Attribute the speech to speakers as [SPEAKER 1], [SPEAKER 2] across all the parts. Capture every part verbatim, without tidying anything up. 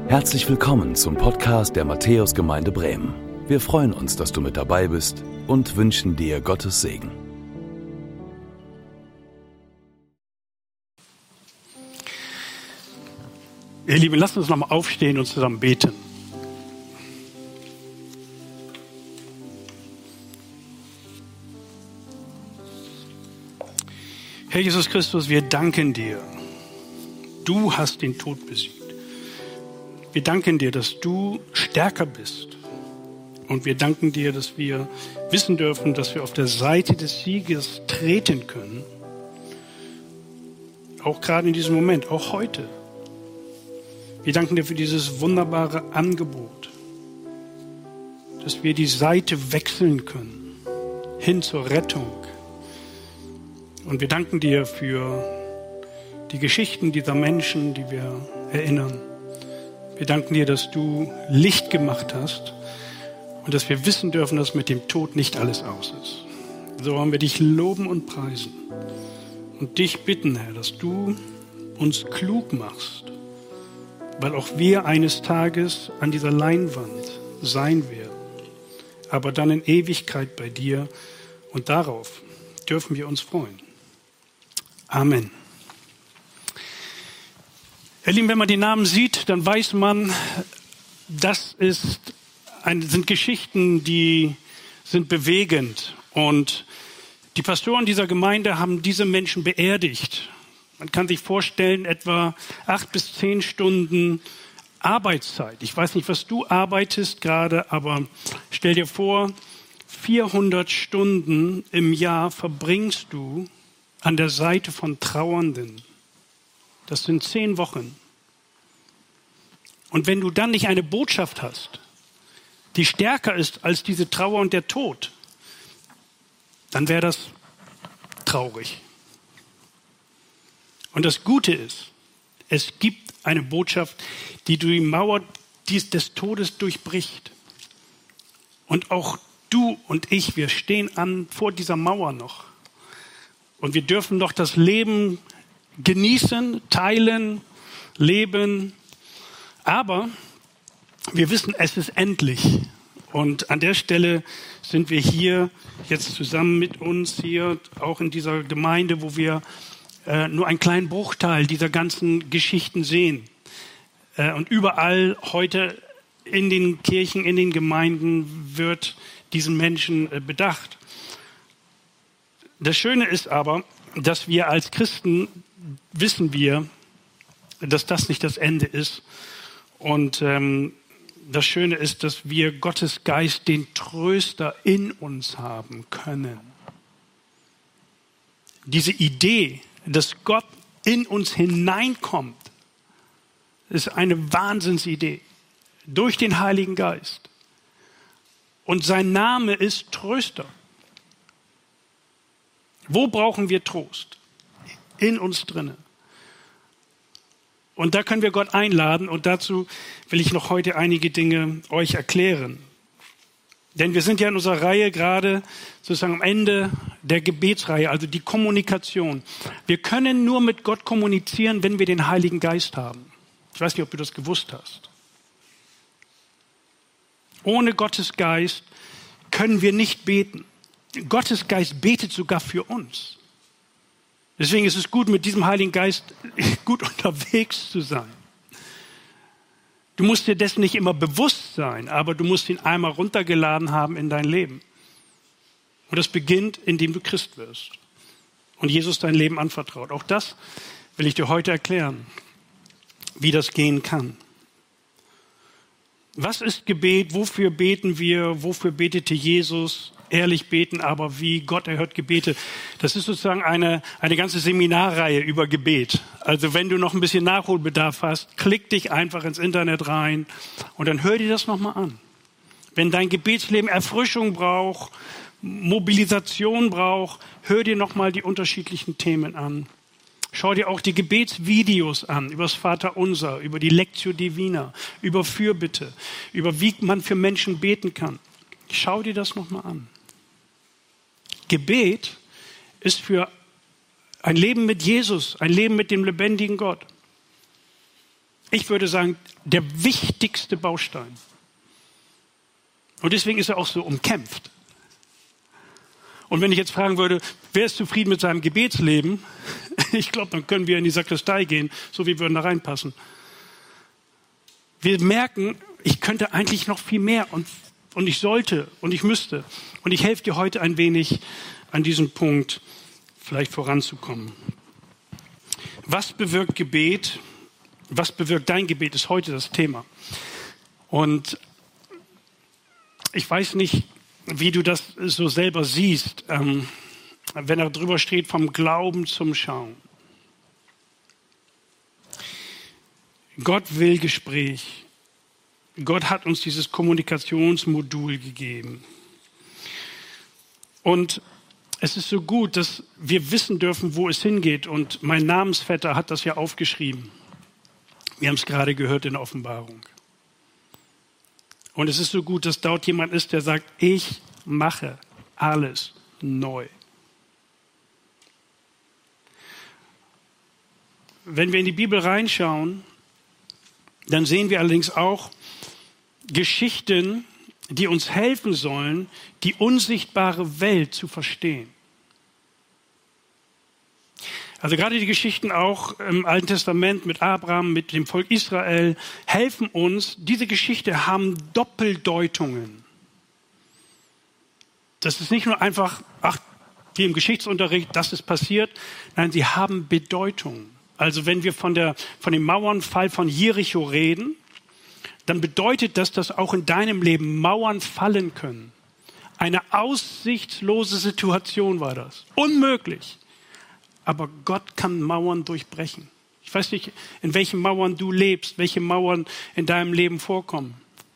[SPEAKER 1] Herzlich willkommen zum Podcast der Matthäusgemeinde Bremen. Wir freuen uns, dass du mit dabei bist und wünschen dir Gottes Segen.
[SPEAKER 2] Ihr Lieben, lasst uns nochmal aufstehen und zusammen beten. Herr Jesus Christus, wir danken dir. Du hast den Tod besiegt. Wir danken dir, dass du stärker bist. Und wir danken dir, dass wir wissen dürfen, dass wir auf der Seite des Sieges treten können. Auch gerade in diesem Moment, auch heute. Wir danken dir für dieses wunderbare Angebot, dass wir die Seite wechseln können, hin zur Rettung. Und wir danken dir für die Geschichten dieser Menschen, die wir erinnern. Wir danken dir, dass du Licht gemacht hast und dass wir wissen dürfen, dass mit dem Tod nicht alles aus ist. So wollen wir dich loben und preisen und dich bitten, Herr, dass du uns klug machst, weil auch wir eines Tages an dieser Leinwand sein werden, aber dann in Ewigkeit bei dir, und darauf dürfen wir uns freuen. Amen. Ihr Lieben, wenn man die Namen sieht, dann weiß man, das ist ein, sind Geschichten, die sind bewegend. Und die Pastoren dieser Gemeinde haben diese Menschen beerdigt. Man kann sich vorstellen, etwa acht bis zehn Stunden Arbeitszeit. Ich weiß nicht, was du arbeitest gerade, aber stell dir vor, vierhundert Stunden im Jahr verbringst du an der Seite von Trauernden. Das sind zehn Wochen. Und wenn du dann nicht eine Botschaft hast, die stärker ist als diese Trauer und der Tod, dann wäre das traurig. Und das Gute ist, es gibt eine Botschaft, die die Mauer des Todes durchbricht. Und auch du und ich, wir stehen an vor dieser Mauer noch. Und wir dürfen noch das Leben genießen, teilen, leben. Aber wir wissen, es ist endlich. Und an der Stelle sind wir hier jetzt zusammen mit uns hier, auch in dieser Gemeinde, wo wir äh, nur einen kleinen Bruchteil dieser ganzen Geschichten sehen. Äh, und überall heute in den Kirchen, in den Gemeinden wird diesen Menschen äh, bedacht. Das Schöne ist aber, dass wir als Christen wissen wir, dass das nicht das Ende ist. Und ähm, das Schöne ist, dass wir Gottes Geist, den Tröster in uns haben können. Diese Idee, dass Gott in uns hineinkommt, ist eine Wahnsinnsidee. Durch den Heiligen Geist. Und sein Name ist Tröster. Wo brauchen wir Trost? In uns drinne. Und da können wir Gott einladen, und dazu will ich noch heute einige Dinge euch erklären. Denn wir sind ja in unserer Reihe gerade sozusagen am Ende der Gebetsreihe, also die Kommunikation. Wir können nur mit Gott kommunizieren, wenn wir den Heiligen Geist haben. Ich weiß nicht, ob du das gewusst hast. Ohne Gottes Geist können wir nicht beten. Gottes Geist betet sogar für uns. Deswegen ist es gut, mit diesem Heiligen Geist gut unterwegs zu sein. Du musst dir dessen nicht immer bewusst sein, aber du musst ihn einmal runtergeladen haben in dein Leben. Und das beginnt, indem du Christ wirst und Jesus dein Leben anvertraut. Auch das will ich dir heute erklären, wie das gehen kann. Was ist Gebet? Wofür beten wir? Wofür betete Jesus? Ehrlich beten, aber wie Gott erhört Gebete. Das ist sozusagen eine, eine ganze Seminarreihe über Gebet. Also wenn du noch ein bisschen Nachholbedarf hast, klick dich einfach ins Internet rein und dann hör dir das nochmal an. Wenn dein Gebetsleben Erfrischung braucht, Mobilisation braucht, hör dir nochmal die unterschiedlichen Themen an. Schau dir auch die Gebetsvideos an, über das Vaterunser, über die Lectio Divina, über Fürbitte, über wie man für Menschen beten kann. Schau dir das nochmal an. Gebet ist für ein Leben mit Jesus, ein Leben mit dem lebendigen Gott. ich würde sagen, der wichtigste Baustein. Und deswegen ist er auch so umkämpft. Und wenn ich jetzt fragen würde, wer ist zufrieden mit seinem Gebetsleben? Ich glaube, dann können wir in die Sakristei gehen, so wie wir würden da reinpassen. Wir merken, ich könnte eigentlich noch viel mehr und, und ich sollte und ich müsste. Und ich helfe dir heute ein wenig an diesem Punkt vielleicht voranzukommen. Was bewirkt Gebet? Was bewirkt dein Gebet, ist heute das Thema. Und ich weiß nicht, wie du das so selber siehst, ähm, wenn er drüber steht, vom Glauben zum Schauen. Gott will Gespräch. Gott hat uns dieses Kommunikationsmodul gegeben. Und es ist so gut, dass wir wissen dürfen, wo es hingeht. Und mein Namensvetter hat das ja aufgeschrieben. Wir haben es gerade gehört in der Offenbarung. Und es ist so gut, dass dort jemand ist, der sagt, ich mache alles neu. Wenn wir in die Bibel reinschauen, dann sehen wir allerdings auch Geschichten, die uns helfen sollen, die unsichtbare Welt zu verstehen. Also gerade die Geschichten auch im Alten Testament mit Abraham, mit dem Volk Israel, helfen uns. Diese Geschichten haben Doppeldeutungen. Das ist nicht nur einfach, ach, wie im Geschichtsunterricht, das ist passiert. Nein, sie haben Bedeutung. Also wenn wir von, der, von dem Mauernfall von Jericho reden, dann bedeutet das, dass auch in deinem Leben Mauern fallen können. Eine aussichtslose Situation war das. Unmöglich. Aber Gott kann Mauern durchbrechen. Ich weiß nicht, in welchen Mauern du lebst, welche Mauern in deinem Leben vorkommen.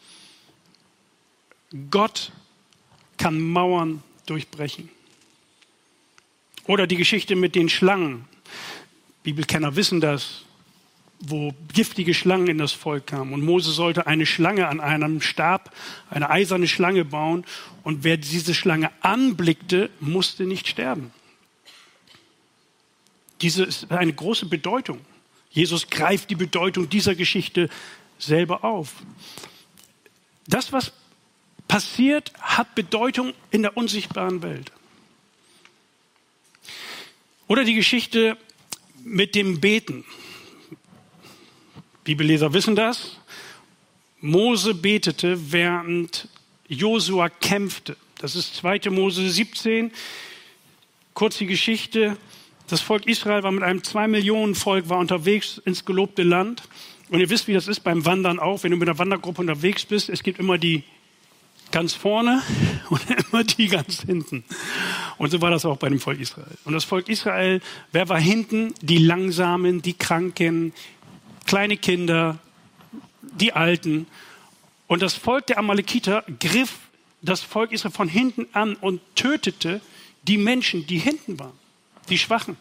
[SPEAKER 2] Gott kann Mauern durchbrechen. Oder die Geschichte mit den Schlangen. Bibelkenner wissen das, wo giftige Schlangen in das Volk kamen. Und Mose sollte eine Schlange an einem Stab, eine eiserne Schlange bauen. Und wer diese Schlange anblickte, musste nicht sterben. Diese ist eine große Bedeutung. Jesus greift die Bedeutung dieser Geschichte selber auf. Das, was passiert, hat Bedeutung in der unsichtbaren Welt. Oder die Geschichte mit dem Beten. Bibelleser wissen das. Mose betete, während Josua kämpfte. Das ist zweite Mose siebzehn. Kurz die Geschichte. Das Volk Israel war mit einem zwei Millionen Volk, war unterwegs ins gelobte Land. Und ihr wisst, wie das ist beim Wandern auch. Wenn du mit einer Wandergruppe unterwegs bist, es gibt immer die ganz vorne und immer die ganz hinten. Und so war das auch bei dem Volk Israel. Und das Volk Israel, wer war hinten? Die Langsamen, die Kranken, kleine Kinder, die Alten. Und das Volk der Amalekiter griff das Volk Israel von hinten an und tötete die Menschen, die hinten waren. Die Schwachen.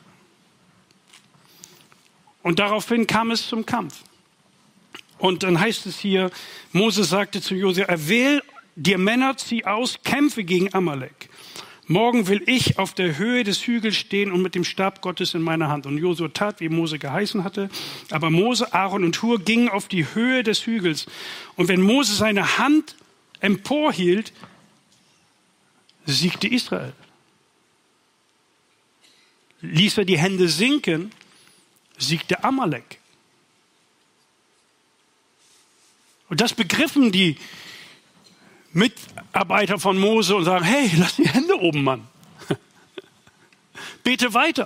[SPEAKER 2] Und daraufhin kam es zum Kampf. Und dann heißt es hier, Mose sagte zu Josua, erwähl dir Männer, zieh aus, kämpfe gegen Amalek. Morgen will ich auf der Höhe des Hügels stehen und mit dem Stab Gottes in meiner Hand. Und Josua tat, wie Mose geheißen hatte. Aber Mose, Aaron und Hur gingen auf die Höhe des Hügels. Und wenn Mose seine Hand emporhielt, siegte Israel. Ließ er die Hände sinken, siegte Amalek. Und das begriffen die Mitarbeiter von Mose und sagen, hey, lass die Hände oben, Mann. Bete weiter.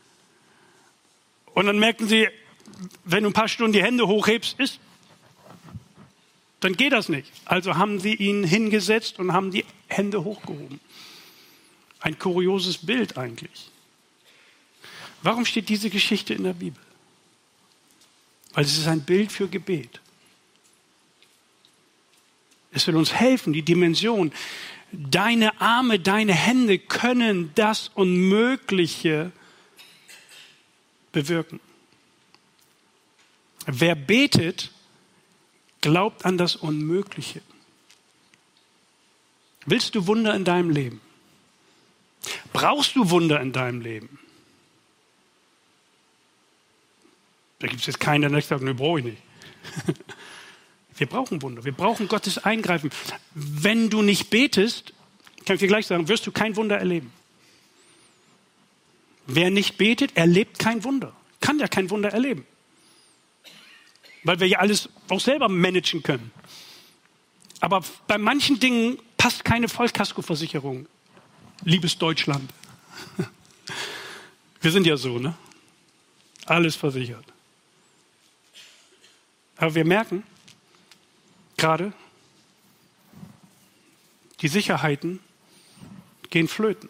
[SPEAKER 2] Und dann merken sie, wenn du ein paar Stunden die Hände hochhebst, ist, dann geht das nicht. Also haben sie ihn hingesetzt und haben die Hände hochgehoben. Ein kurioses Bild eigentlich. Warum steht diese Geschichte in der Bibel? Weil es ist ein Bild für Gebet. Es will uns helfen, die Dimension. Deine Arme, deine Hände können das Unmögliche bewirken. Wer betet, glaubt an das Unmögliche. Willst du Wunder in deinem Leben? Brauchst du Wunder in deinem Leben? Da gibt es jetzt keinen, der sagt, ne, brauche ich nicht. Wir brauchen Wunder, wir brauchen Gottes Eingreifen. Wenn du nicht betest, kann ich dir gleich sagen, wirst du kein Wunder erleben. Wer nicht betet, erlebt kein Wunder. Kann ja kein Wunder erleben. Weil wir ja alles auch selber managen können. Aber bei manchen Dingen passt keine Vollkaskoversicherung. Liebes Deutschland. Wir sind ja so, ne? Alles versichert. Aber wir merken gerade, die Sicherheiten gehen flöten.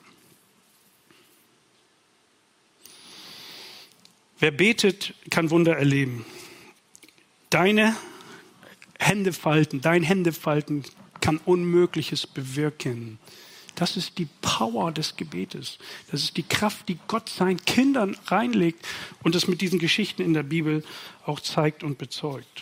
[SPEAKER 2] Wer betet, kann Wunder erleben. Deine Hände falten, dein Händefalten kann Unmögliches bewirken. Das ist die Power des Gebetes. Das ist die Kraft, die Gott seinen Kindern reinlegt und das mit diesen Geschichten in der Bibel auch zeigt und bezeugt.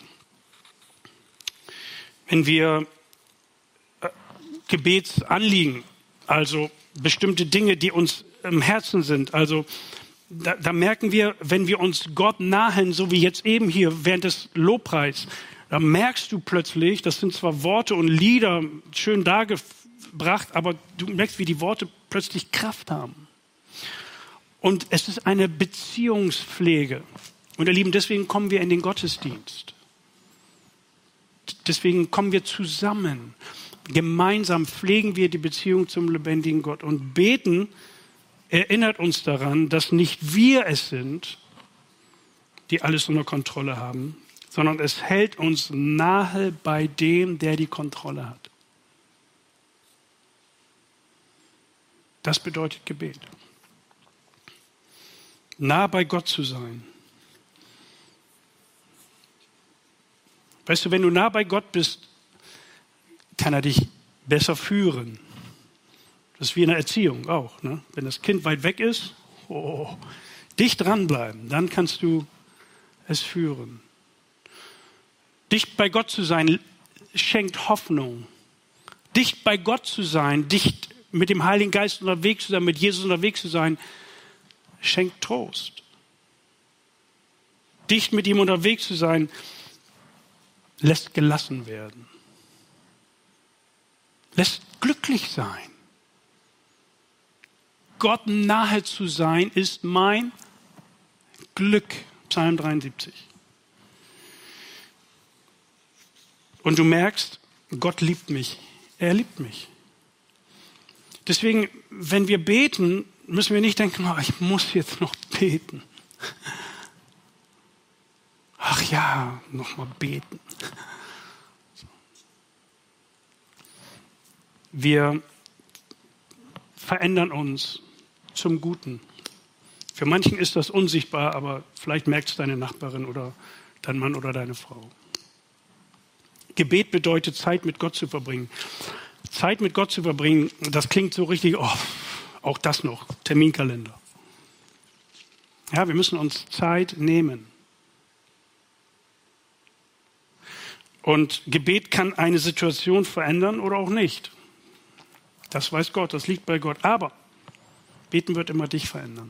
[SPEAKER 2] Wenn wir Gebetsanliegen, also bestimmte Dinge, die uns im Herzen sind, also da, da merken wir, wenn wir uns Gott nahen, so wie jetzt eben hier während des Lobpreis, da merkst du plötzlich, das sind zwar Worte und Lieder schön dargebracht, aber du merkst, wie die Worte plötzlich Kraft haben. Und es ist eine Beziehungspflege. Und ihr Lieben, deswegen kommen wir in den Gottesdienst. Deswegen kommen wir zusammen. Gemeinsam pflegen wir die Beziehung zum lebendigen Gott. Und beten erinnert uns daran, dass nicht wir es sind, die alles unter Kontrolle haben, sondern es hält uns nahe bei dem, der die Kontrolle hat. Das bedeutet Gebet. Nah bei Gott zu sein. Weißt du, wenn du nah bei Gott bist, kann er dich besser führen. Das ist wie in der Erziehung auch. Ne? Wenn das Kind weit weg ist, oh, dicht dranbleiben, dann kannst du es führen. Dicht bei Gott zu sein, schenkt Hoffnung. Dicht bei Gott zu sein, dicht mit dem Heiligen Geist unterwegs zu sein, mit Jesus unterwegs zu sein, schenkt Trost. Dicht mit ihm unterwegs zu sein, lässt gelassen werden. Lässt glücklich sein. Gott nahe zu sein, ist mein Glück. Psalm dreiundsiebzig. Und du merkst, Gott liebt mich. Er liebt mich. Deswegen, wenn wir beten, müssen wir nicht denken, oh, ich muss jetzt noch beten. Ach ja, noch mal beten. Wir verändern uns zum Guten. Für manchen ist das unsichtbar, aber vielleicht merkt es deine Nachbarin oder dein Mann oder deine Frau. Gebet bedeutet, Zeit mit Gott zu verbringen. Zeit mit Gott zu verbringen, das klingt so richtig, oh, auch das noch, Terminkalender. Ja, wir müssen uns Zeit nehmen. Und Gebet kann eine Situation verändern oder auch nicht. Das weiß Gott, das liegt bei Gott. Aber Beten wird immer dich verändern.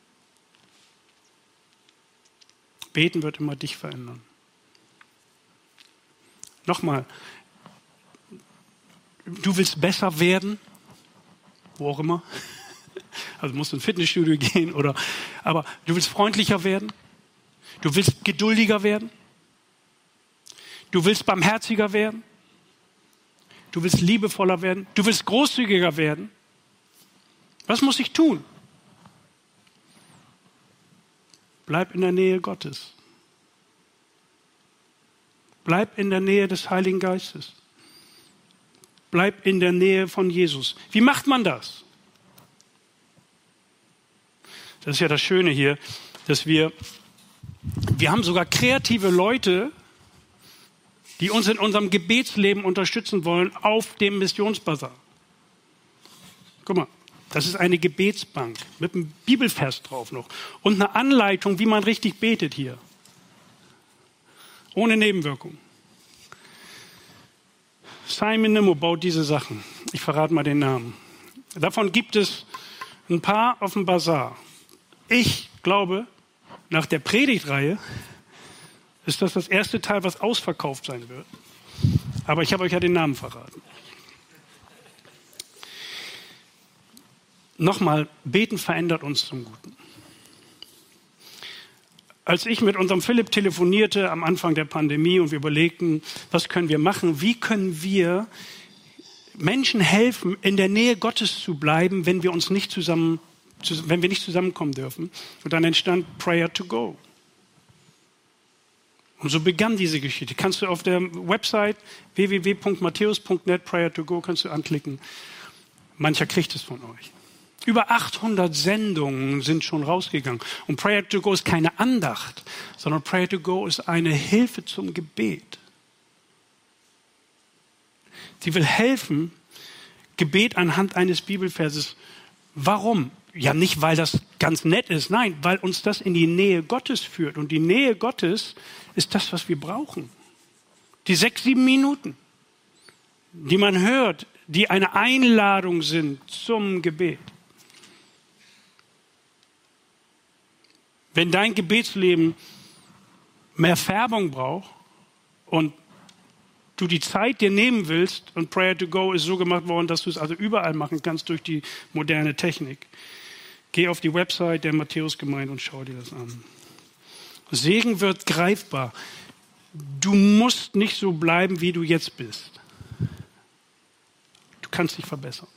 [SPEAKER 2] Beten wird immer dich verändern. Nochmal, du willst besser werden, wo auch immer. Also musst du ins Fitnessstudio gehen oder, aber du willst freundlicher werden. Du willst geduldiger werden. Du willst barmherziger werden. Du willst liebevoller werden. Du willst großzügiger werden. Was muss ich tun? Bleib in der Nähe Gottes. Bleib in der Nähe des Heiligen Geistes. Bleib in der Nähe von Jesus. Wie macht man das? Das ist ja das Schöne hier, dass wir, wir haben sogar kreative Leute, die uns in unserem Gebetsleben unterstützen wollen auf dem Missionsbasar. Guck mal, das ist eine Gebetsbank mit einem Bibelvers drauf noch und eine Anleitung, wie man richtig betet hier. Ohne Nebenwirkung. Simon Nimmo baut diese Sachen. Ich verrate mal den Namen. Davon gibt es ein paar auf dem Basar. Ich glaube, nach der Predigtreihe ist das das erste Teil, was ausverkauft sein wird. Aber ich habe euch ja den Namen verraten. Nochmal, beten verändert uns zum Guten. Als ich mit unserem Philipp telefonierte am Anfang der Pandemie und wir überlegten, was können wir machen, wie können wir Menschen helfen, in der Nähe Gottes zu bleiben, wenn wir uns nicht zusammen, wenn wir nicht zusammenkommen dürfen. Und dann entstand Prayer to Go. Und so begann diese Geschichte. Kannst du auf der Website w w w punkt matthäus punkt net Prayer to Go kannst du anklicken. Mancher kriegt es von euch. Über achthundert Sendungen sind schon rausgegangen. Und Prayer to Go ist keine Andacht, sondern Prayer to Go ist eine Hilfe zum Gebet. Sie will helfen, Gebet anhand eines Bibelverses. Warum? Ja, nicht, weil das ganz nett ist. Nein, weil uns das in die Nähe Gottes führt. Und die Nähe Gottes ist das, was wir brauchen. Die sechs, sieben Minuten, die man hört, die eine Einladung sind zum Gebet. Wenn dein Gebetsleben mehr Färbung braucht und du die Zeit dir nehmen willst, und Prayer to Go ist so gemacht worden, dass du es also überall machen kannst durch die moderne Technik, geh auf die Website der Matthäusgemeinde und schau dir das an. Segen wird greifbar. Du musst nicht so bleiben, wie du jetzt bist. Du kannst dich verbessern.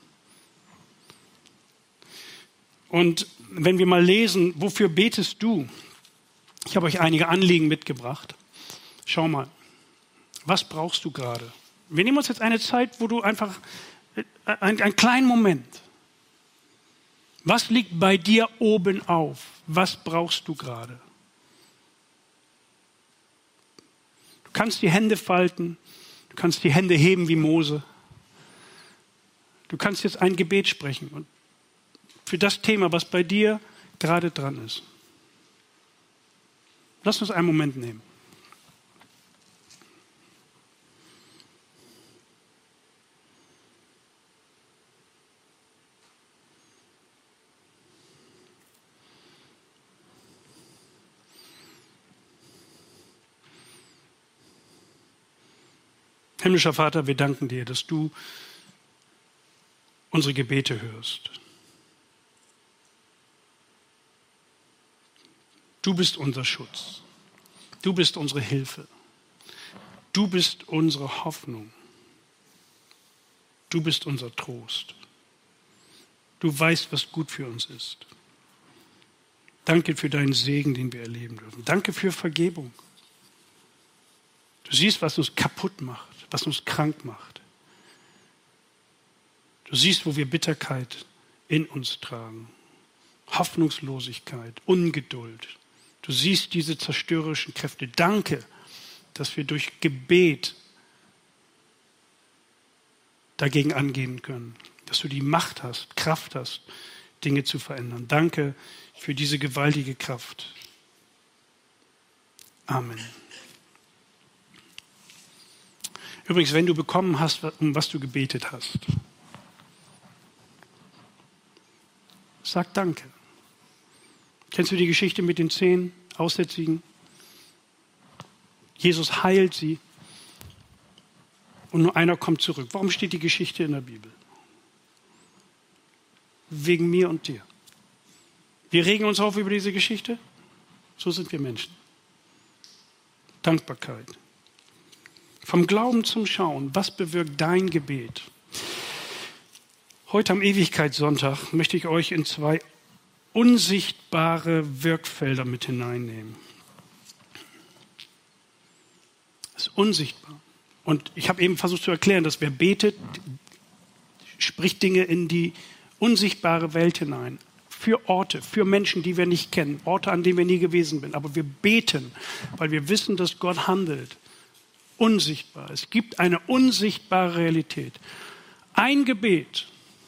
[SPEAKER 2] Und wenn wir mal lesen, wofür betest du? Ich habe euch einige Anliegen mitgebracht. Schau mal, was brauchst du gerade? Wir nehmen uns jetzt eine Zeit, wo du einfach, einen, einen kleinen Moment. Was liegt bei dir oben auf? Was brauchst du gerade? Du kannst die Hände falten, du kannst die Hände heben wie Mose. Du kannst jetzt ein Gebet sprechen und für das Thema, was bei dir gerade dran ist. Lass uns einen Moment nehmen. Himmlischer Vater, wir danken dir, dass du unsere Gebete hörst. Du bist unser Schutz. Du bist unsere Hilfe. Du bist unsere Hoffnung. Du bist unser Trost. Du weißt, was gut für uns ist. Danke für deinen Segen, den wir erleben dürfen. Danke für Vergebung. Du siehst, was uns kaputt macht, was uns krank macht. Du siehst, wo wir Bitterkeit in uns tragen, Hoffnungslosigkeit, Ungeduld. Du siehst diese zerstörerischen Kräfte. Danke, dass wir durch Gebet dagegen angehen können. Dass du die Macht hast, Kraft hast, Dinge zu verändern. Danke für diese gewaltige Kraft. Amen. Übrigens, wenn du bekommen hast, um was du gebetet hast, sag Danke. Kennst du die Geschichte mit den zehn Aussätzigen? Jesus heilt sie und nur einer kommt zurück. Warum steht die Geschichte in der Bibel? Wegen mir und dir. Wir regen uns auf über diese Geschichte. So sind wir Menschen. Dankbarkeit. Vom Glauben zum Schauen. Was bewirkt dein Gebet? Heute am Ewigkeitssonntag möchte ich euch in zwei unsichtbare Wirkfelder mit hineinnehmen. Das ist unsichtbar. Und ich habe eben versucht zu erklären, dass wer betet, spricht Dinge in die unsichtbare Welt hinein. Für Orte, für Menschen, die wir nicht kennen. Orte, an denen wir nie gewesen sind. Aber wir beten, weil wir wissen, dass Gott handelt. Unsichtbar. Es gibt eine unsichtbare Realität. Ein Gebet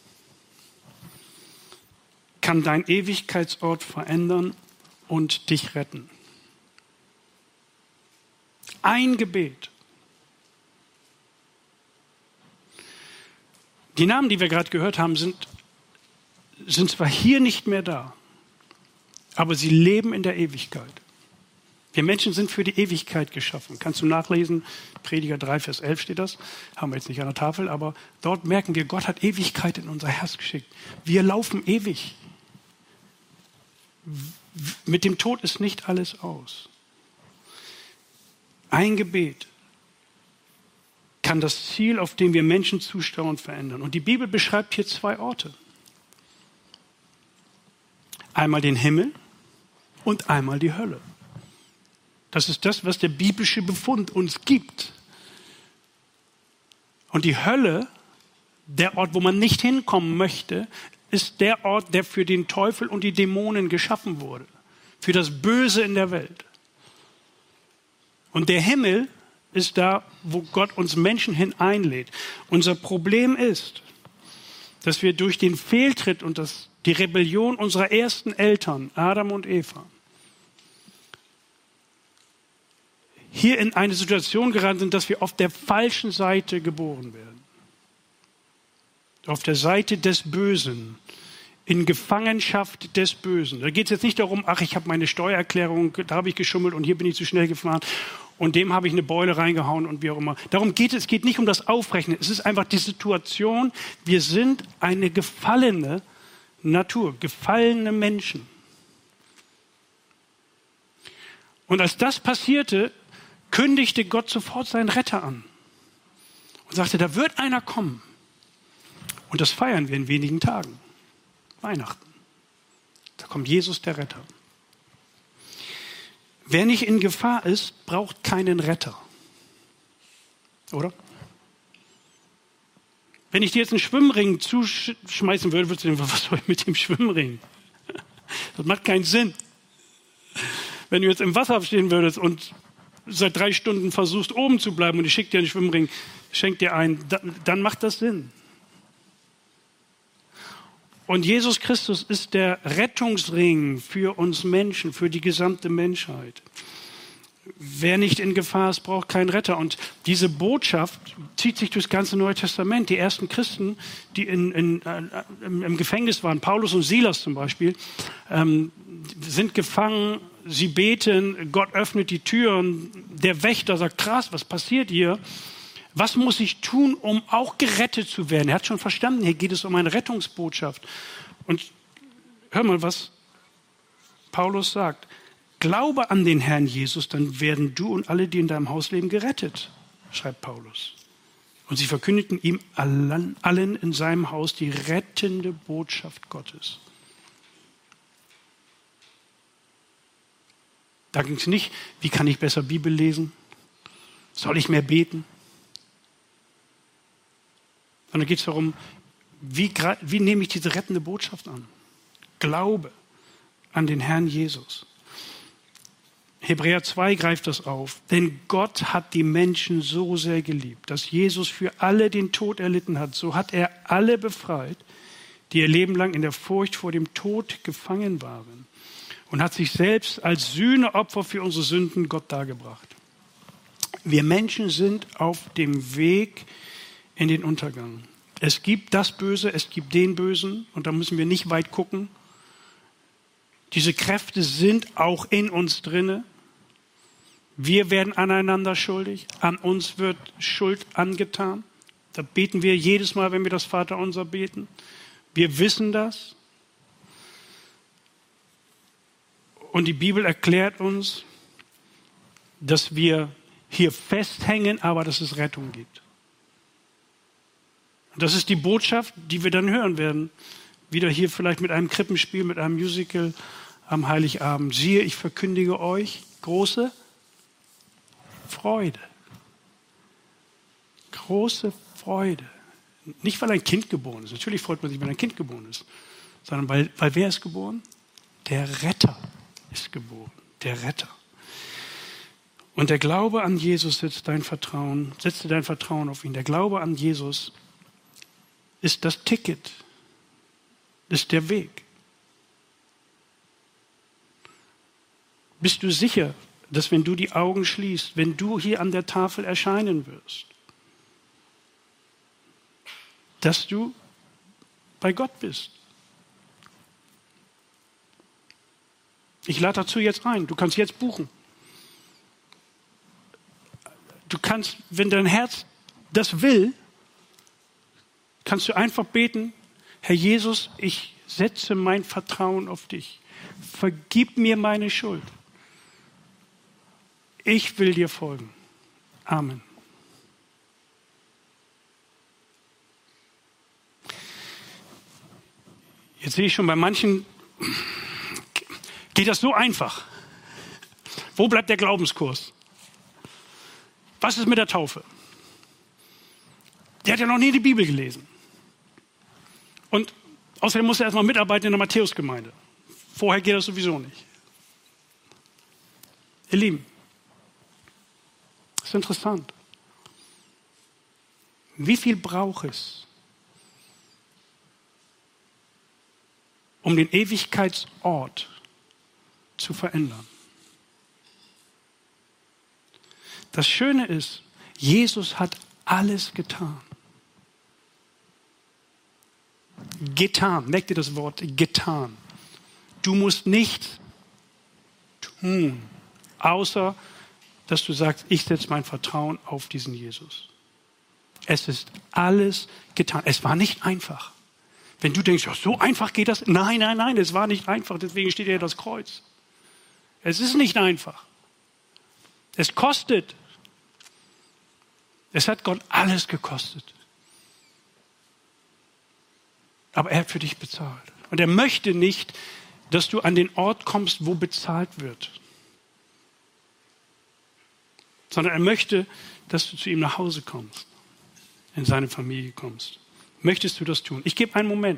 [SPEAKER 2] kann dein Ewigkeitsort verändern und dich retten. Ein Gebet. Die Namen, die wir gerade gehört haben, sind, sind zwar hier nicht mehr da, aber sie leben in der Ewigkeit. Wir Menschen sind für die Ewigkeit geschaffen. Kannst du nachlesen? Prediger drei, Vers elf steht das. Haben wir jetzt nicht an der Tafel, aber dort merken wir, Gott hat Ewigkeit in unser Herz geschickt. Wir laufen ewig. Mit dem Tod ist nicht alles aus. Ein Gebet kann das Ziel, auf dem wir Menschen zuschauen, verändern. Und die Bibel beschreibt hier zwei Orte. Einmal den Himmel und einmal die Hölle. Das ist das, was der biblische Befund uns gibt. Und die Hölle, der Ort, wo man nicht hinkommen möchte, ist der Ort, der für den Teufel und die Dämonen geschaffen wurde. Für das Böse in der Welt. Und der Himmel ist da, wo Gott uns Menschen hineinlädt. Unser Problem ist, dass wir durch den Fehltritt und das, die Rebellion unserer ersten Eltern, Adam und Eva, hier in eine Situation geraten sind, dass wir auf der falschen Seite geboren werden. Auf der Seite des Bösen. In Gefangenschaft des Bösen. Da geht es jetzt nicht darum, ach, ich habe meine Steuererklärung, da habe ich geschummelt und hier bin ich zu schnell gefahren und dem habe ich eine Beule reingehauen und wie auch immer. Darum geht es, es geht nicht um das Aufrechnen. Es ist einfach die Situation, wir sind eine gefallene Natur, gefallene Menschen. Und als das passierte, kündigte Gott sofort seinen Retter an und sagte, da wird einer kommen. Und das feiern wir in wenigen Tagen. Weihnachten. Da kommt Jesus, der Retter. Wer nicht in Gefahr ist, braucht keinen Retter. Oder? Wenn ich dir jetzt einen Schwimmring zuschmeißen würde, würdest du denken, was soll ich mit dem Schwimmring? Das macht keinen Sinn. Wenn du jetzt im Wasser stehen würdest und seit drei Stunden versuchst, oben zu bleiben und ich schicke dir einen Schwimmring, schenk dir einen, dann macht das Sinn. Und Jesus Christus ist der Rettungsring für uns Menschen, für die gesamte Menschheit. Wer nicht in Gefahr ist, braucht keinen Retter. Und diese Botschaft zieht sich durchs ganze Neue Testament. Die ersten Christen, die in, in, äh, im Gefängnis waren, Paulus und Silas zum Beispiel, ähm, sind gefangen, sie beten, Gott öffnet die Türen, der Wächter sagt, krass, was passiert hier? Was muss ich tun, um auch gerettet zu werden? Er hat schon verstanden, hier geht es um eine Rettungsbotschaft. Und hör mal, was Paulus sagt. Glaube an den Herrn Jesus, dann werden du und alle, die in deinem Haus leben, gerettet, schreibt Paulus. Und sie verkündigten ihm allen, allen in seinem Haus die rettende Botschaft Gottes. Da ging es nicht, wie kann ich besser Bibel lesen? Soll ich mehr beten? Und dann geht es darum, wie, wie nehme ich diese rettende Botschaft an? Glaube an den Herrn Jesus. Hebräer zwei greift das auf. Denn Gott hat die Menschen so sehr geliebt, dass Jesus für alle den Tod erlitten hat. So hat er alle befreit, die ihr Leben lang in der Furcht vor dem Tod gefangen waren. Und hat sich selbst als Sühneopfer für unsere Sünden Gott dargebracht. Wir Menschen sind auf dem Weg in den Untergang. Es gibt das Böse, es gibt den Bösen und da müssen wir nicht weit gucken. Diese Kräfte sind auch in uns drinne. Wir werden aneinander schuldig, an uns wird Schuld angetan. Da beten wir jedes Mal, wenn wir das Vaterunser beten. Wir wissen das. Und die Bibel erklärt uns, dass wir hier festhängen, aber dass es Rettung gibt. Und das ist die Botschaft, die wir dann hören werden. Wieder hier vielleicht mit einem Krippenspiel, mit einem Musical am Heiligabend. Siehe, ich verkündige euch große Freude. Große Freude. Nicht, weil ein Kind geboren ist. Natürlich freut man sich, wenn ein Kind geboren ist. Sondern weil, weil wer ist geboren? Der Retter ist geboren. Der Retter. Und der Glaube an Jesus setzt dein Vertrauen, setze dein Vertrauen auf ihn. Der Glaube an Jesus ist das Ticket, ist der Weg. Bist du sicher, dass wenn du die Augen schließt, wenn du hier an der Tafel erscheinen wirst, dass du bei Gott bist? Ich lade dazu jetzt ein. Du kannst jetzt buchen. du kannst, wenn dein Herz das will, kannst du einfach beten, Herr Jesus, ich setze mein Vertrauen auf dich. Vergib mir meine Schuld. Ich will dir folgen. Amen. Jetzt sehe ich schon, bei manchen geht das so einfach. Wo bleibt der Glaubenskurs? Was ist mit der Taufe? Der hat ja noch nie die Bibel gelesen. Und außerdem muss er erstmal mitarbeiten in der Matthäusgemeinde. Vorher geht das sowieso nicht. Ihr Lieben, das ist interessant. Wie viel braucht es, um den Ewigkeitsort zu verändern? Das Schöne ist, Jesus hat alles getan. Getan, merkt ihr das Wort getan. Du musst nichts tun, außer dass du sagst, ich setze mein Vertrauen auf diesen Jesus. Es ist alles getan. Es war nicht einfach. Wenn du denkst, ja, so einfach geht das. Nein, nein, nein, es war nicht einfach. Deswegen steht ja das Kreuz. Es ist nicht einfach. Es kostet. Es hat Gott alles gekostet. Aber er hat für dich bezahlt. Und er möchte nicht, dass du an den Ort kommst, wo bezahlt wird. Sondern er möchte, dass du zu ihm nach Hause kommst. In seine Familie kommst. Möchtest du das tun? Ich gebe einen Moment.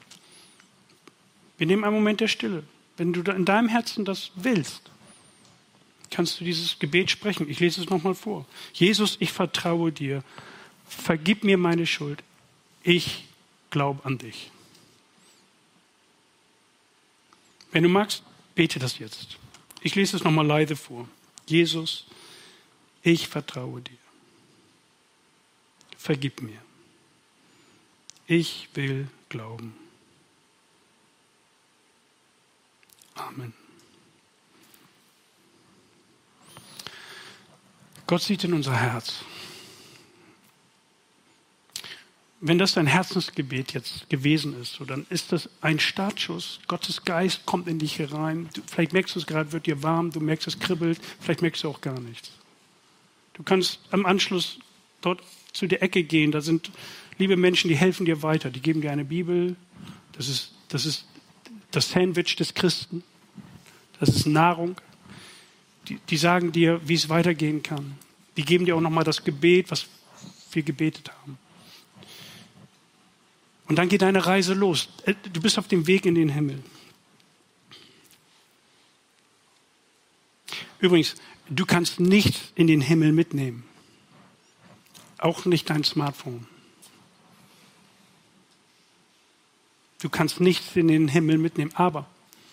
[SPEAKER 2] Wir nehmen einen Moment der Stille. Wenn du in deinem Herzen das willst, kannst du dieses Gebet sprechen. Ich lese es nochmal vor. Jesus, ich vertraue dir. Vergib mir meine Schuld. Ich glaube an dich. Wenn du magst, bete das jetzt. Ich lese es nochmal leise vor. Jesus, ich vertraue dir. Vergib mir. Ich will glauben. Amen. Gott sieht in unser Herz. Wenn das dein Herzensgebet jetzt gewesen ist, so, dann ist das ein Startschuss. Gottes Geist kommt in dich herein. Du, vielleicht merkst du es gerade, wird dir warm, du merkst, es kribbelt, vielleicht merkst du auch gar nichts. Du kannst am Anschluss dort zu der Ecke gehen, da sind liebe Menschen, die helfen dir weiter, die geben dir eine Bibel, das ist das, ist das Sandwich des Christen, das ist Nahrung, die, die sagen dir, wie es weitergehen kann. Die geben dir auch nochmal das Gebet, was wir gebetet haben. Und dann geht deine Reise los. Du bist auf dem Weg in den Himmel. Übrigens, du kannst nichts in den Himmel mitnehmen. Auch nicht dein Smartphone. Du kannst nichts in den Himmel mitnehmen, aber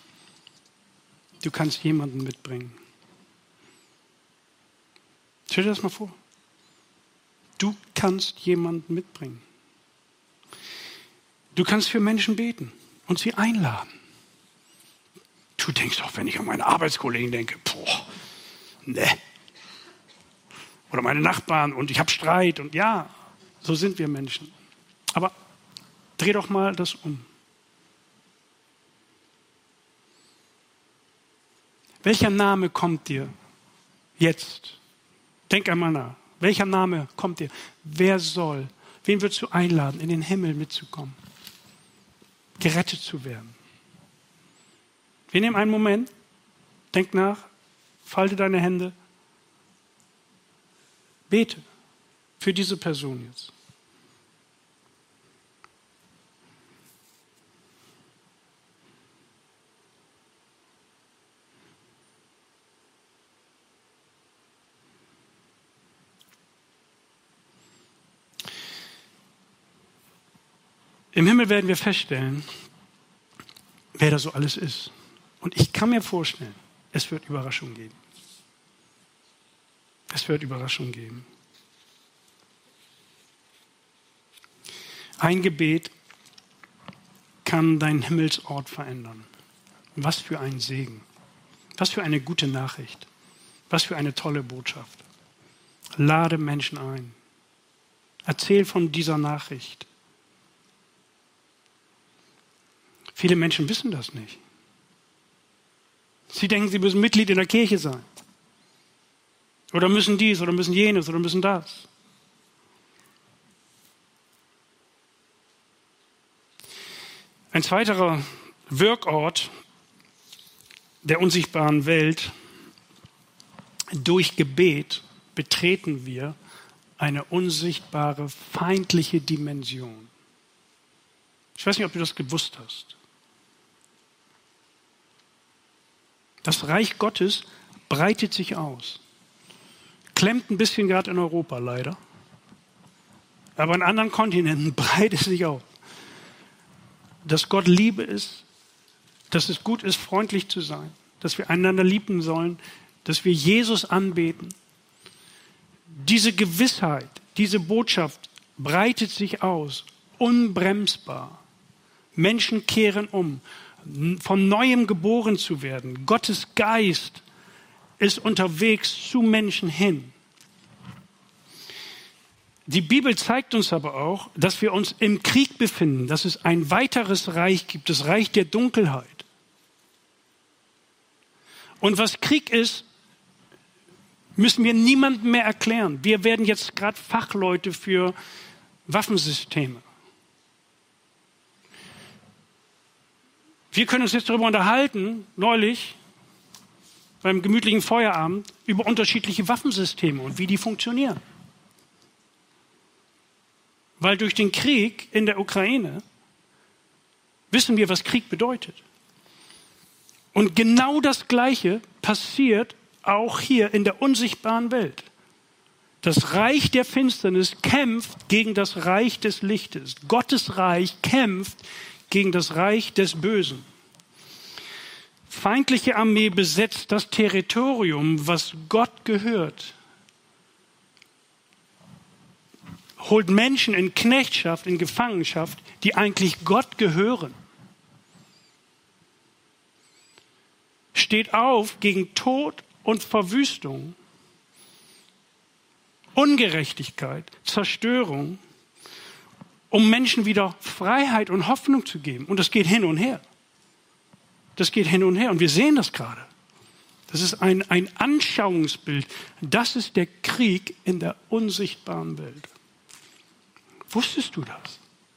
[SPEAKER 2] du kannst jemanden mitbringen. Stell dir das mal vor. Du kannst jemanden mitbringen. Du kannst für Menschen beten und sie einladen. Du denkst auch, wenn ich an meine Arbeitskollegen denke, boah, ne. Oder meine Nachbarn und ich habe Streit und ja, so sind wir Menschen. Aber dreh doch mal das um. Welcher Name kommt dir jetzt? Denk einmal nach. Welcher Name kommt dir? Wer soll? Wen würdest du einladen, in den Himmel mitzukommen? Gerettet zu werden. Wir nehmen einen Moment, denk nach, falte deine Hände, bete für diese Person jetzt. Im Himmel werden wir feststellen, wer da so alles ist. Und ich kann mir vorstellen, es wird Überraschungen geben. Es wird Überraschungen geben. Ein Gebet kann deinen Himmelsort verändern. Was für ein Segen. Was für eine gute Nachricht. Was für eine tolle Botschaft. Lade Menschen ein. Erzähl von dieser Nachricht. Viele Menschen wissen das nicht. Sie denken, sie müssen Mitglied in der Kirche sein. Oder müssen dies, oder müssen jenes, oder müssen das. Ein zweiterer Wirkort der unsichtbaren Welt: durch Gebet betreten wir eine unsichtbare feindliche Dimension. Ich weiß nicht, ob du das gewusst hast. Das Reich Gottes breitet sich aus. Klemmt ein bisschen gerade in Europa leider. Aber in anderen Kontinenten breitet es sich aus. Dass Gott Liebe ist, dass es gut ist, freundlich zu sein, dass wir einander lieben sollen, dass wir Jesus anbeten. Diese Gewissheit, diese Botschaft breitet sich aus, unbremsbar. Menschen kehren um, von Neuem geboren zu werden. Gottes Geist ist unterwegs zu Menschen hin. Die Bibel zeigt uns aber auch, dass wir uns im Krieg befinden, dass es ein weiteres Reich gibt, das Reich der Dunkelheit. Und was Krieg ist, müssen wir niemandem mehr erklären. Wir werden jetzt gerade Fachleute für Waffensysteme. Wir können uns jetzt darüber unterhalten, neulich beim gemütlichen Feierabend, über unterschiedliche Waffensysteme und wie die funktionieren. Weil durch den Krieg in der Ukraine wissen wir, was Krieg bedeutet. Und genau das Gleiche passiert auch hier in der unsichtbaren Welt. Das Reich der Finsternis kämpft gegen das Reich des Lichtes. Gottes Reich kämpft gegen das Reich des Bösen. Feindliche Armee besetzt das Territorium, was Gott gehört. Holt Menschen in Knechtschaft, in Gefangenschaft, die eigentlich Gott gehören. Steht auf gegen Tod und Verwüstung, Ungerechtigkeit, Zerstörung, um Menschen wieder Freiheit und Hoffnung zu geben. Und das geht hin und her. Das geht hin und her. Und wir sehen das gerade. Das ist ein, ein Anschauungsbild. Das ist der Krieg in der unsichtbaren Welt. Wusstest du das?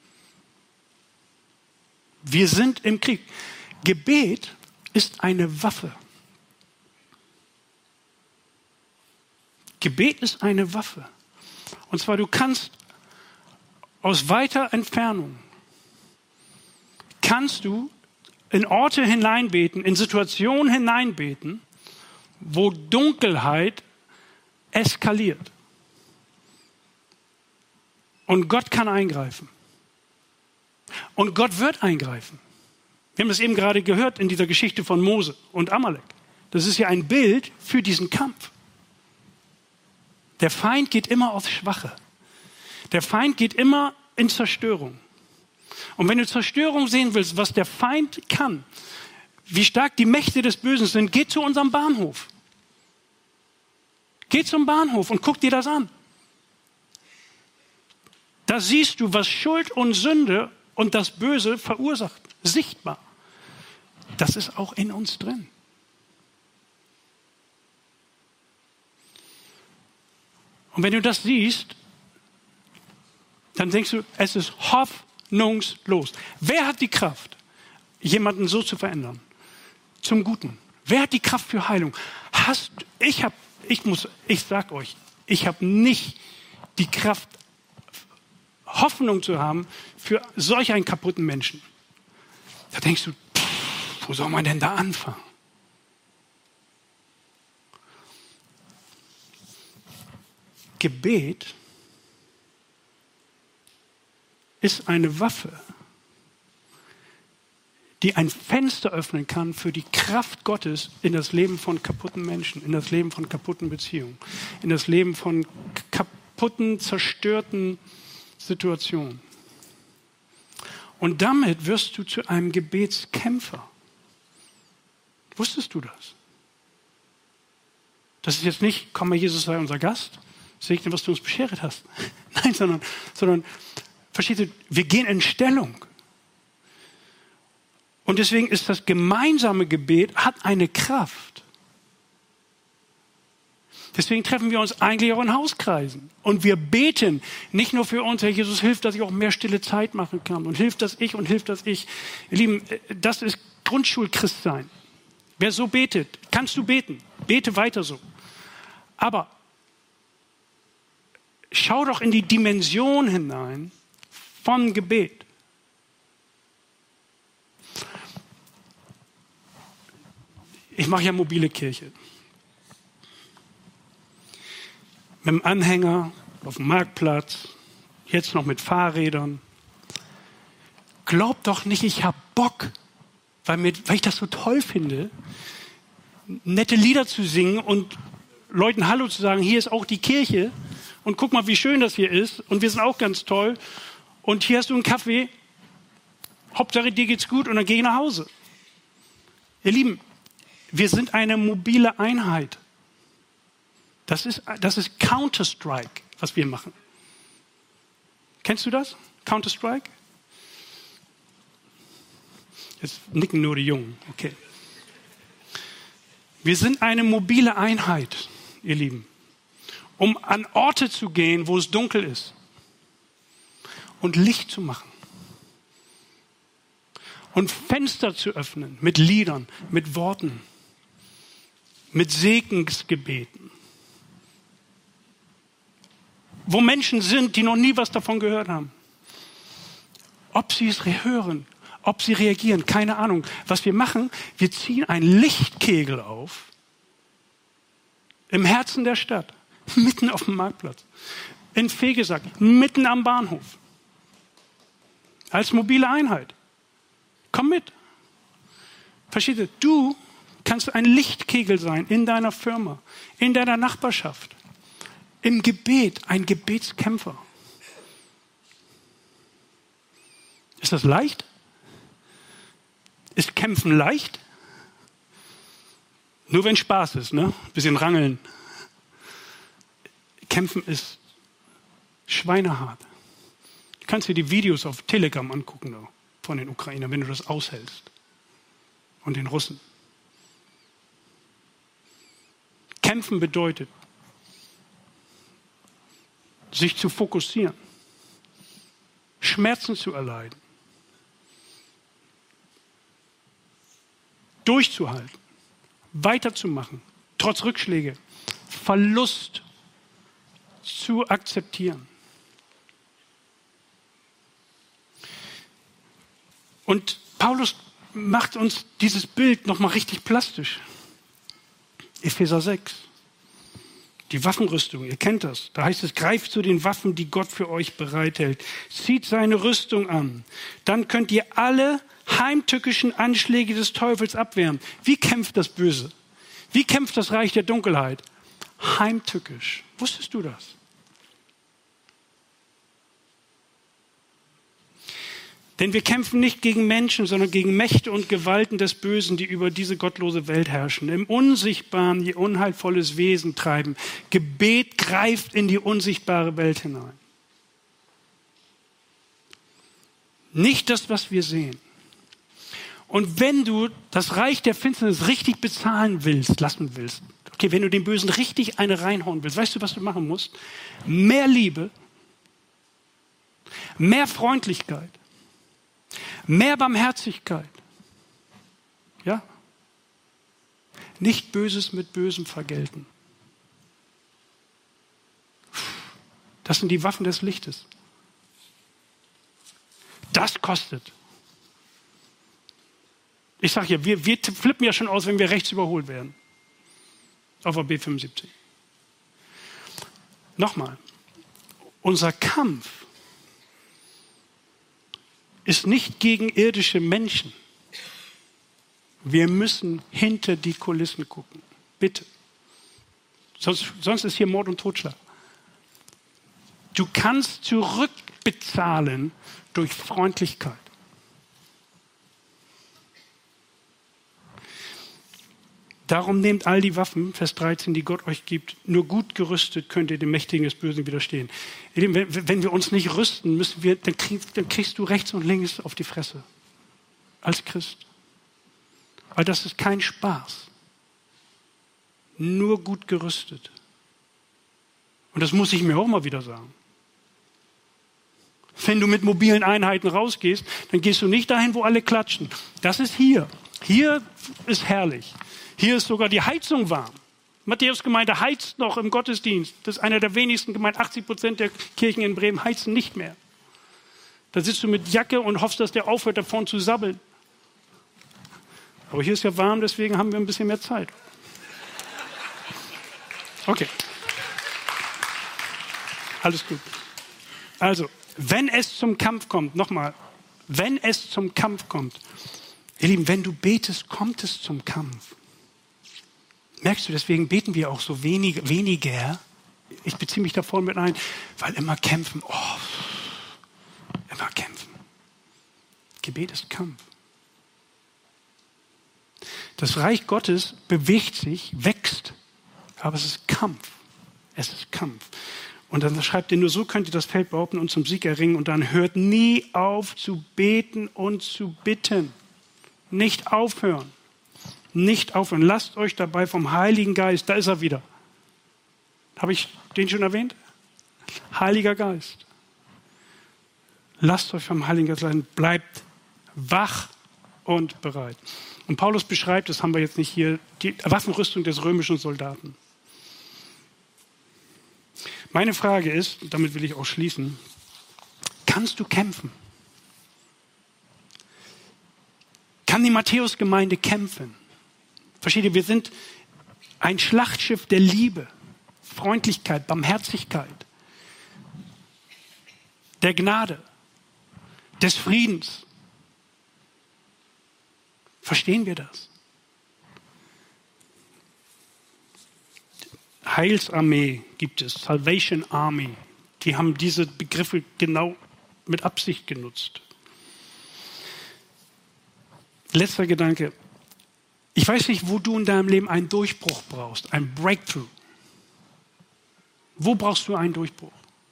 [SPEAKER 2] Wir sind im Krieg. Gebet ist eine Waffe. Gebet ist eine Waffe. Und zwar, du kannst aus weiter Entfernung, kannst du in Orte hineinbeten, in Situationen hineinbeten, wo Dunkelheit eskaliert. Und Gott kann eingreifen. Und Gott wird eingreifen. Wir haben das eben gerade gehört in dieser Geschichte von Mose und Amalek. Das ist ja ein Bild für diesen Kampf. Der Feind geht immer aufs Schwache. Der Feind geht immer in Zerstörung. Und wenn du Zerstörung sehen willst, was der Feind kann, wie stark die Mächte des Bösen sind, geh zu unserem Bahnhof. Geh zum Bahnhof und guck dir das an. Da siehst du, was Schuld und Sünde und das Böse verursacht. Sichtbar. Das ist auch in uns drin. Und wenn du das siehst, dann denkst du, es ist hoffnungslos. Wer hat die Kraft, jemanden so zu verändern? Zum Guten. Wer hat die Kraft für Heilung? Hast, ich habe, ich muss, ich sag euch, ich habe nicht die Kraft, Hoffnung zu haben für solch einen kaputten Menschen. Da denkst du, pff, wo soll man denn da anfangen? Gebet ist eine Waffe, die ein Fenster öffnen kann für die Kraft Gottes in das Leben von kaputten Menschen, in das Leben von kaputten Beziehungen, in das Leben von kaputten, zerstörten Situationen. Und damit wirst du zu einem Gebetskämpfer. Wusstest du das? Das ist jetzt nicht, komm mal, Jesus sei unser Gast, segne, was du uns beschert hast. Nein, sondern, sondern, verstehst du, wir gehen in Stellung. Und deswegen ist das gemeinsame Gebet, hat eine Kraft. Deswegen treffen wir uns eigentlich auch in Hauskreisen. Und wir beten nicht nur für uns, Herr Jesus, hilf, dass ich auch mehr stille Zeit machen kann. Und hilf, dass ich und hilf, dass ich. Ihr Lieben, das ist Grundschulchristsein. Wer so betet, kannst du beten. Bete weiter so. Aber schau doch in die Dimension hinein von Gebet. Ich mache ja mobile Kirche. Mit dem Anhänger auf dem Marktplatz, jetzt noch mit Fahrrädern. Glaub doch nicht, ich habe Bock, weil, mir, weil ich das so toll finde, nette Lieder zu singen und Leuten Hallo zu sagen, hier ist auch die Kirche und guck mal, wie schön das hier ist und wir sind auch ganz toll und hier hast du einen Kaffee, Hauptsache dir geht's gut und dann gehe ich nach Hause. Ihr Lieben, wir sind eine mobile Einheit. Das ist, das ist Counter-Strike, was wir machen. Kennst du das? Counter-Strike? Jetzt nicken nur die Jungen. Okay. Wir sind eine mobile Einheit, ihr Lieben, um an Orte zu gehen, wo es dunkel ist und Licht zu machen und Fenster zu öffnen mit Liedern, mit Worten, mit Segensgebeten. Wo Menschen sind, die noch nie was davon gehört haben. Ob sie es hören, ob sie reagieren, keine Ahnung. Was wir machen, wir ziehen einen Lichtkegel auf im Herzen der Stadt, mitten auf dem Marktplatz, in Fegesack, mitten am Bahnhof. Als mobile Einheit. Komm mit. Versteht ihr? Du kannst ein Lichtkegel sein in deiner Firma, in deiner Nachbarschaft. Im Gebet, ein Gebetskämpfer. Ist das leicht? Ist Kämpfen leicht? Nur wenn Spaß ist, ne? Bisschen rangeln. Kämpfen ist schweinehart. Du kannst dir die Videos auf Telegram angucken von den Ukrainern, wenn du das aushältst. Und den Russen. Kämpfen bedeutet, sich zu fokussieren, Schmerzen zu erleiden, durchzuhalten, weiterzumachen, trotz Rückschläge, Verlust zu akzeptieren. Und Paulus macht uns dieses Bild nochmal richtig plastisch. Epheser sechs. Die Waffenrüstung, ihr kennt das. Da heißt es, greift zu den Waffen, die Gott für euch bereithält. Zieht seine Rüstung an. Dann könnt ihr alle heimtückischen Anschläge des Teufels abwehren. Wie kämpft das Böse? Wie kämpft das Reich der Dunkelheit? Heimtückisch. Wusstest du das? Denn wir kämpfen nicht gegen Menschen, sondern gegen Mächte und Gewalten des Bösen, die über diese gottlose Welt herrschen. Im Unsichtbaren ihr unheilvolles Wesen treiben. Gebet greift in die unsichtbare Welt hinein. Nicht das, was wir sehen. Und wenn du das Reich der Finsternis richtig bezahlen willst, lassen willst, okay, wenn du dem Bösen richtig eine reinhauen willst, weißt du, was du machen musst? Mehr Liebe, mehr Freundlichkeit, mehr Barmherzigkeit. Ja? Nicht Böses mit Bösem vergelten. Das sind die Waffen des Lichtes. Das kostet. Ich sage ja, wir, wir flippen ja schon aus, wenn wir rechts überholt werden. Auf der B fünfundsiebzig. Nochmal. Unser Kampf ist nicht gegen irdische Menschen. Wir müssen hinter die Kulissen gucken. Bitte. Sonst, sonst ist hier Mord und Totschlag. Du kannst zurückbezahlen durch Darum nehmt all die Waffen, Vers dreizehn, die Gott euch gibt. Nur gut gerüstet könnt ihr dem Mächtigen des Bösen widerstehen. Wenn wir uns nicht rüsten, müssen wir, dann, kriegst, dann kriegst du rechts und links auf die Fresse. Als Christ. Weil das ist kein Spaß. Nur gut gerüstet. Und das muss ich mir auch mal wieder sagen. Wenn du mit mobilen Einheiten rausgehst, dann gehst du nicht dahin, wo alle klatschen. Das ist hier. Hier ist herrlich. Hier ist sogar die Heizung warm. Matthäus-Gemeinde heizt noch im Gottesdienst. Das ist einer der wenigsten Gemeinden. achtzig Prozent der Kirchen in Bremen heizen nicht mehr. Da sitzt du mit Jacke und hoffst, dass der aufhört, davon zu sabbeln. Aber hier ist ja warm, deswegen haben wir ein bisschen mehr Zeit. Okay. Alles gut. Also, wenn es zum Kampf kommt, nochmal, wenn es zum Kampf kommt, ihr Lieben, wenn du betest, kommt es zum Kampf. Merkst du, deswegen beten wir auch so wenig, weniger. Ich beziehe mich da voll mit ein, weil immer kämpfen. Oh, immer kämpfen. Gebet ist Kampf. Das Reich Gottes bewegt sich, wächst, aber es ist Kampf. Es ist Kampf. Und dann schreibt er, nur so könnt ihr das Feld behaupten und zum Sieg erringen. Und dann hört nie auf zu beten und zu bitten. Nicht aufhören. Nicht aufhören. Lasst euch dabei vom Heiligen Geist, da ist er wieder. Habe ich den schon erwähnt? Heiliger Geist. Lasst euch vom Heiligen Geist leiten. Bleibt wach und bereit. Und Paulus beschreibt, das haben wir jetzt nicht hier, die Waffenrüstung des römischen Soldaten. Meine Frage ist, und damit will ich auch schließen, kannst du kämpfen? Kann die Matthäus-Gemeinde kämpfen? Versteht ihr, wir sind ein Schlachtschiff der Liebe, Freundlichkeit, Barmherzigkeit, der Gnade, des Friedens. Verstehen wir das? Heilsarmee gibt es, Salvation Army. Die haben diese Begriffe genau mit Absicht genutzt. Letzter Gedanke. Ich weiß nicht, wo du in deinem Leben einen Durchbruch brauchst, ein Breakthrough. Wo brauchst du einen Durchbruch?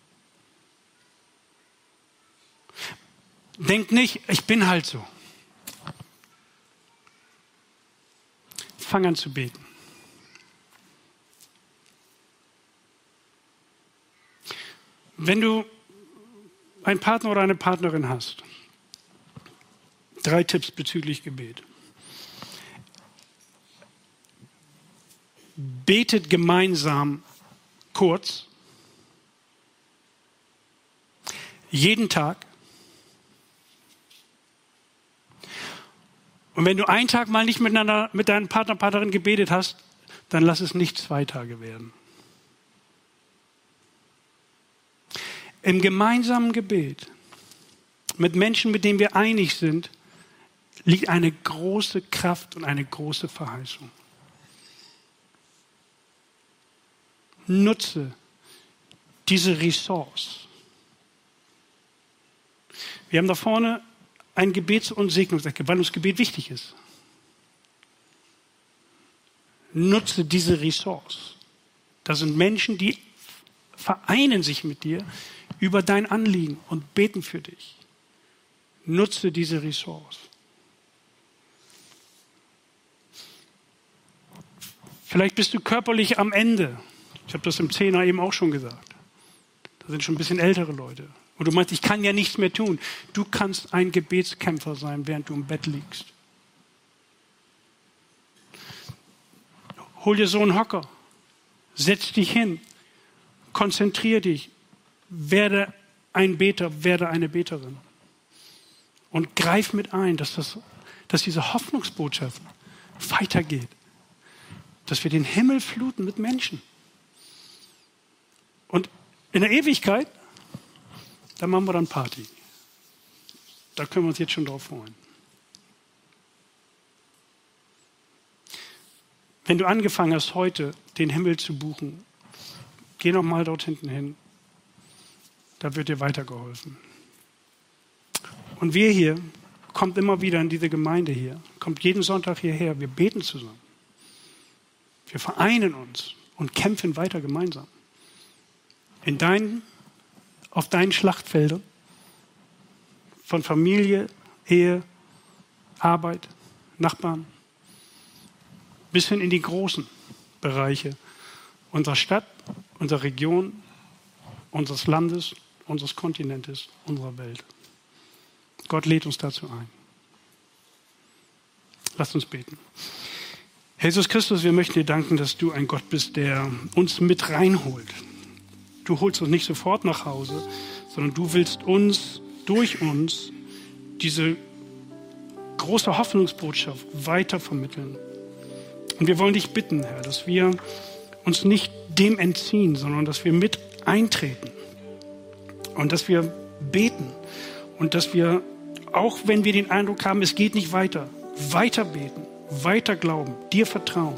[SPEAKER 2] Denk nicht, ich bin halt so. Fang an zu beten. Wenn du einen Partner oder eine Partnerin hast, drei Tipps bezüglich Gebet. Betet gemeinsam kurz, jeden Tag. Und wenn du einen Tag mal nicht miteinander mit deinem Partner, Partnerin gebetet hast, dann lass es nicht zwei Tage werden. Im gemeinsamen Gebet mit Menschen, mit denen wir einig sind, liegt eine große Kraft und eine große Verheißung. Nutze diese Ressource. Wir haben da vorne ein Gebets- und Segnungsecke, weil uns Gebet wichtig ist. Nutze diese Ressource. Das sind Menschen, die vereinen sich mit dir über dein Anliegen und beten für dich. Nutze diese Ressource. Vielleicht bist du körperlich am Ende. Ich habe das im Zehner eben auch schon gesagt. Da sind schon ein bisschen ältere Leute. Und du meinst, ich kann ja nichts mehr tun. Du kannst ein Gebetskämpfer sein, während du im Bett liegst. Hol dir so einen Hocker. Setz dich hin. Konzentrier dich. Werde ein Beter, werde eine Beterin. Und greif mit ein, dass, das, dass diese Hoffnungsbotschaft weitergeht. Dass wir den Himmel fluten mit Menschen. Und in der Ewigkeit, da machen wir dann Party. Da können wir uns jetzt schon drauf freuen. Wenn du angefangen hast, heute den Himmel zu buchen, geh noch mal dort hinten hin. Da wird dir weitergeholfen. Und wir hier, kommt immer wieder in diese Gemeinde hier, kommt jeden Sonntag hierher, wir beten zusammen. Wir vereinen uns und kämpfen weiter gemeinsam. In deinen, auf deinen Schlachtfeldern von Familie, Ehe, Arbeit, Nachbarn, bis hin in die großen Bereiche unserer Stadt, unserer Region, unseres Landes, unseres Kontinentes, unserer Welt. Gott lädt uns dazu ein. Lasst uns beten. Jesus Christus, wir möchten dir danken, dass du ein Gott bist, der uns mit reinholt. Du holst uns nicht sofort nach Hause, sondern du willst uns, durch uns, diese große Hoffnungsbotschaft weitervermitteln. Und wir wollen dich bitten, Herr, dass wir uns nicht dem entziehen, sondern dass wir mit eintreten und dass wir beten und dass wir, auch wenn wir den Eindruck haben, es geht nicht weiter, weiter beten, weiter glauben, dir vertrauen.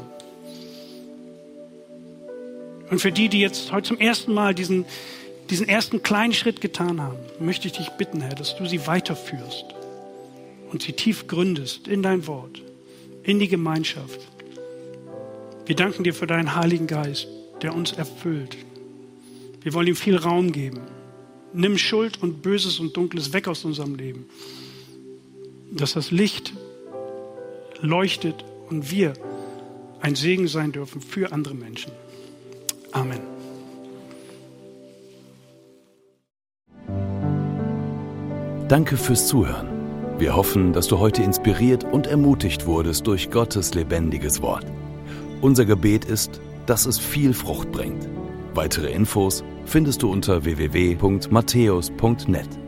[SPEAKER 2] Und für die, die jetzt heute zum ersten Mal diesen, diesen ersten kleinen Schritt getan haben, möchte ich dich bitten, Herr, dass du sie weiterführst und sie tief gründest in dein Wort, in die Gemeinschaft. Wir danken dir für deinen Heiligen Geist, der uns erfüllt. Wir wollen ihm viel Raum geben. Nimm Schuld und Böses und Dunkles weg aus unserem Leben. Dass das Licht leuchtet und wir ein Segen sein dürfen für andere Menschen. Amen.
[SPEAKER 1] Danke fürs Zuhören. Wir hoffen, dass du heute inspiriert und ermutigt wurdest durch Gottes lebendiges Wort. Unser Gebet ist, dass es viel Frucht bringt. Weitere Infos findest du unter w w w punkt matthäus punkt net.